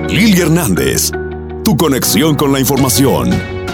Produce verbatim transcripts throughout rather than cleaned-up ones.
Lili Hernández, tu conexión con la información.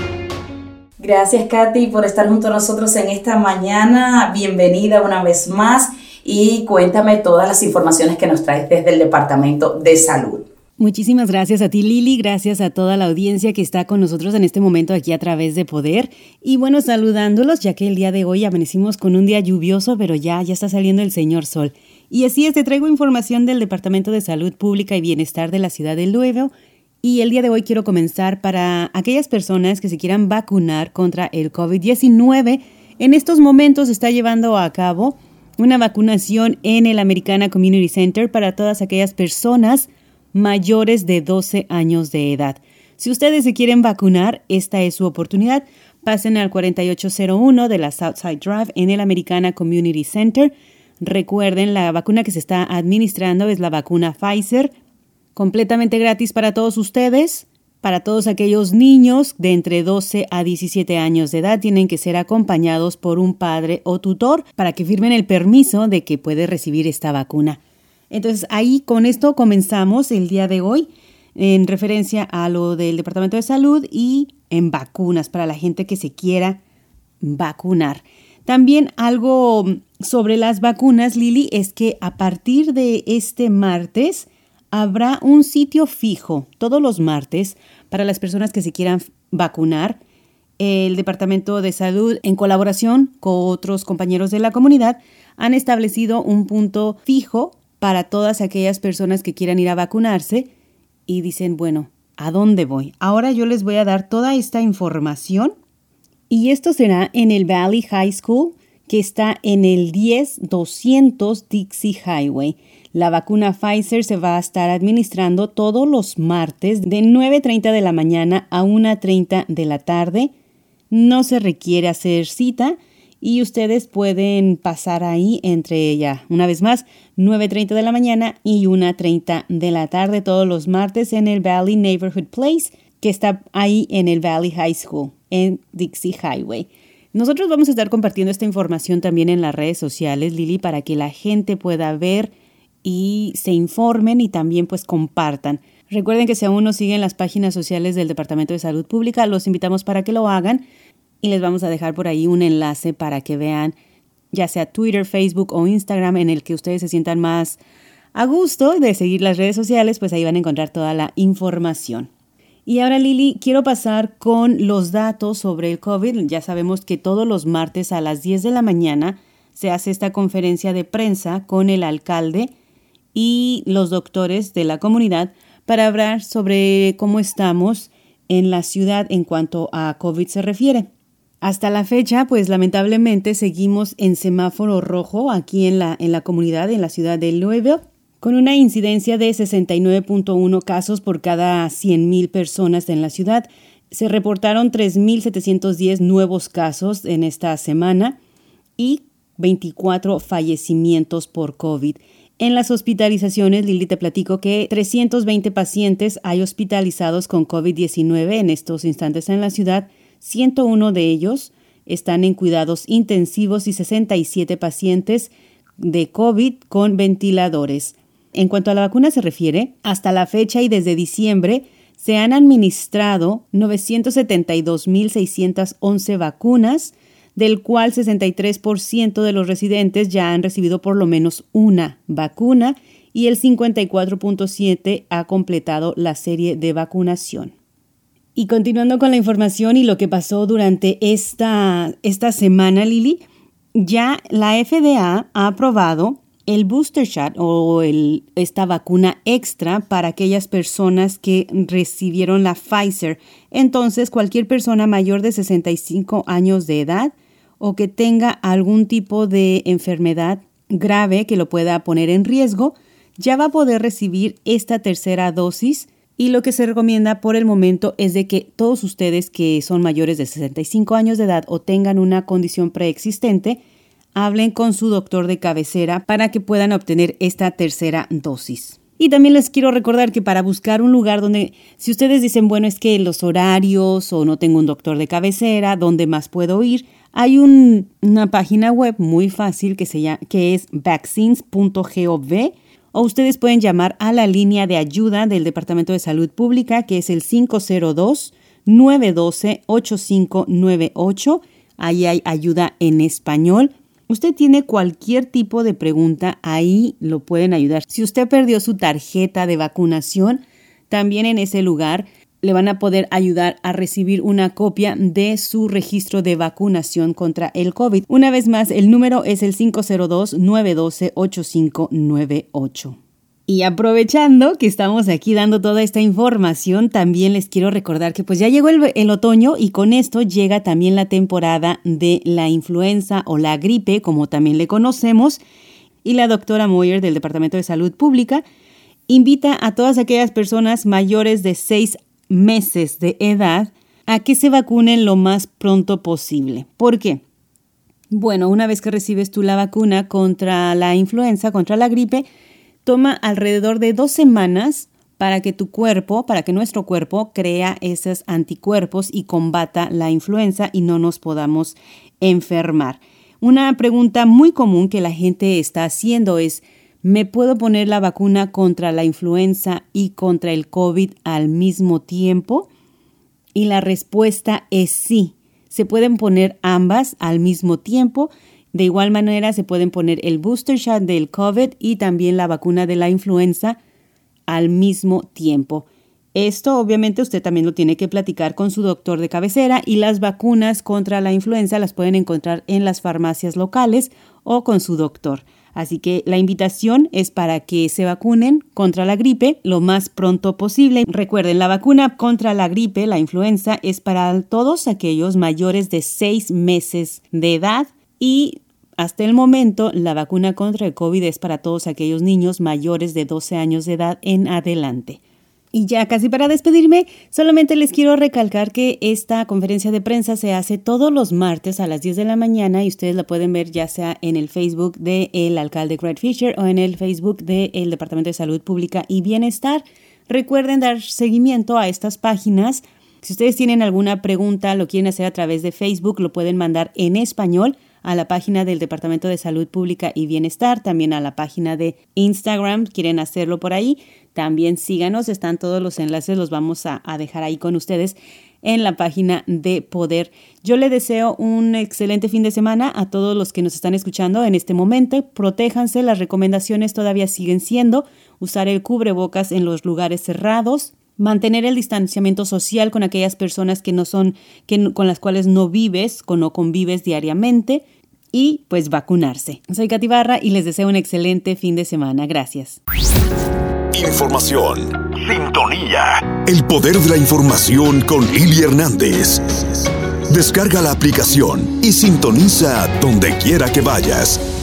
Gracias, Katy, por estar junto a nosotros en esta mañana. Bienvenida una vez más y cuéntame todas las informaciones que nos traes desde el Departamento de Salud. Muchísimas gracias a ti, Lili, gracias a toda la audiencia que está con nosotros en este momento aquí a través de Poder. Y bueno, saludándolos, ya que el día de hoy amanecimos con un día lluvioso, pero ya, ya está saliendo el señor sol. Y así es, te traigo información del Departamento de Salud Pública y Bienestar de la ciudad de Louisville. Y el día de hoy quiero comenzar para aquellas personas que se quieran vacunar contra el COVID diecinueve. En estos momentos se está llevando a cabo una vacunación en el Americana Community Center para todas aquellas personas mayores de doce años de edad. Si ustedes se quieren vacunar, esta es su oportunidad. Pasen al cuarenta y ocho cero uno de la Southside Drive en el Americana Community Center. Recuerden, la vacuna que se está administrando es la vacuna Pfizer, completamente gratis para todos ustedes. Para todos aquellos niños de entre doce a diecisiete años de edad, tienen que ser acompañados por un padre o tutor para que firmen el permiso de que puede recibir esta vacuna. Entonces, ahí con esto comenzamos el día de hoy en referencia a lo del Departamento de Salud y en vacunas para la gente que se quiera vacunar. También algo sobre las vacunas, Lili, es que a partir de este martes habrá un sitio fijo todos los martes para las personas que se quieran vacunar. El Departamento de Salud, en colaboración con otros compañeros de la comunidad, han establecido un punto fijo para todas aquellas personas que quieran ir a vacunarse y dicen, bueno, ¿a dónde voy? Ahora yo les voy a dar toda esta información y esto será en el Valley High School, que está en el diez doscientos Dixie Highway. La vacuna Pfizer se va a estar administrando todos los martes de nueve treinta de la mañana a una treinta de la tarde. No se requiere hacer cita y ustedes pueden pasar ahí entre ella, una vez más, nueve treinta de la mañana y una treinta de la tarde todos los martes en el Valley Neighborhood Place, que está ahí en el Valley High School, en Dixie Highway. Nosotros vamos a estar compartiendo esta información también en las redes sociales, Lili, para que la gente pueda ver y se informen y también pues compartan. Recuerden que si aún no siguen las páginas sociales del Departamento de Salud Pública, los invitamos para que lo hagan. Y les vamos a dejar por ahí un enlace para que vean, ya sea Twitter, Facebook o Instagram, en el que ustedes se sientan más a gusto de seguir las redes sociales, pues ahí van a encontrar toda la información. Y ahora, Lili, quiero pasar con los datos sobre el COVID. Ya sabemos que todos los martes a las diez de la mañana se hace esta conferencia de prensa con el alcalde y los doctores de la comunidad para hablar sobre cómo estamos en la ciudad en cuanto a COVID se refiere. Hasta la fecha, pues lamentablemente seguimos en semáforo rojo aquí en la, en la comunidad, en la ciudad de Louisville, con una incidencia de sesenta y nueve punto uno casos por cada cien mil personas en la ciudad. Se reportaron tres mil setecientos diez nuevos casos en esta semana y veinticuatro fallecimientos por COVID. En las hospitalizaciones, Lili, te platico que trescientos veinte pacientes hay hospitalizados con COVID diecinueve en estos instantes en la ciudad. ciento uno de ellos están en cuidados intensivos y sesenta y siete pacientes de COVID con ventiladores. En cuanto a la vacuna se refiere, hasta la fecha y desde diciembre se han administrado novecientos setenta y dos mil seiscientas once vacunas, del cual sesenta y tres por ciento de los residentes ya han recibido por lo menos una vacuna y el cincuenta y cuatro punto siete por ciento ha completado la serie de vacunación. Y continuando con la información y lo que pasó durante esta, esta semana, Lili, ya la F D A ha aprobado el booster shot o el, esta vacuna extra para aquellas personas que recibieron la Pfizer. Entonces, cualquier persona mayor de sesenta y cinco años de edad o que tenga algún tipo de enfermedad grave que lo pueda poner en riesgo, ya va a poder recibir esta tercera dosis. Y lo que se recomienda por el momento es de que todos ustedes que son mayores de sesenta y cinco años de edad o tengan una condición preexistente, hablen con su doctor de cabecera para que puedan obtener esta tercera dosis. Y también les quiero recordar que para buscar un lugar donde, si ustedes dicen, bueno, es que los horarios o no tengo un doctor de cabecera, ¿dónde más puedo ir? Hay un, una página web muy fácil que, se llama, que es vaccines punto gov o ustedes pueden llamar a la línea de ayuda del Departamento de Salud Pública, que es el cinco cero dos, nueve uno dos, ocho cinco nueve ocho. Ahí hay ayuda en español. Usted tiene cualquier tipo de pregunta, ahí lo pueden ayudar. Si usted perdió su tarjeta de vacunación, también en ese lugar le van a poder ayudar a recibir una copia de su registro de vacunación contra el COVID. Una vez más, el número es el cinco cero dos, nueve uno dos, ocho cinco nueve ocho. Y aprovechando que estamos aquí dando toda esta información, también les quiero recordar que pues ya llegó el, el otoño y con esto llega también la temporada de la influenza o la gripe, como también le conocemos. Y la doctora Moyer del Departamento de Salud Pública invita a todas aquellas personas mayores de seis meses de edad a que se vacunen lo más pronto posible. ¿Por qué? Bueno, una vez que recibes tú la vacuna contra la influenza, contra la gripe, toma alrededor de dos semanas para que tu cuerpo, para que nuestro cuerpo crea esos anticuerpos y combata la influenza y no nos podamos enfermar. Una pregunta muy común que la gente está haciendo es, ¿me puedo poner la vacuna contra la influenza y contra el COVID al mismo tiempo? Y la respuesta es sí. Se pueden poner ambas al mismo tiempo. De igual manera, se pueden poner el booster shot del COVID y también la vacuna de la influenza al mismo tiempo. Esto, obviamente, usted también lo tiene que platicar con su doctor de cabecera y las vacunas contra la influenza las pueden encontrar en las farmacias locales o con su doctor. Así que la invitación es para que se vacunen contra la gripe lo más pronto posible. Recuerden, la vacuna contra la gripe, la influenza, es para todos aquellos mayores de seis meses de edad. Y hasta el momento, la vacuna contra el COVID es para todos aquellos niños mayores de doce años de edad en adelante. Y ya casi para despedirme, solamente les quiero recalcar que esta conferencia de prensa se hace todos los martes a las diez de la mañana y ustedes la pueden ver ya sea en el Facebook del alcalde Greg Fisher o en el Facebook del Departamento de Salud Pública y Bienestar. Recuerden dar seguimiento a estas páginas. Si ustedes tienen alguna pregunta, lo quieren hacer a través de Facebook, lo pueden mandar en español a la página del Departamento de Salud Pública y Bienestar, también a la página de Instagram, quieren hacerlo por ahí, también síganos, están todos los enlaces, los vamos a, a dejar ahí con ustedes en la página de Poder. Yo le deseo un excelente fin de semana a todos los que nos están escuchando en este momento. Protéjanse, las recomendaciones todavía siguen siendo usar el cubrebocas en los lugares cerrados, mantener el distanciamiento social con aquellas personas que no son, que, con las cuales no vives, con no convives diariamente y pues vacunarse. Soy Katy Barra y les deseo un excelente fin de semana. Gracias. Información. Sintonía. El poder de la información con Lili Hernández. Descarga la aplicación y sintoniza donde quiera que vayas.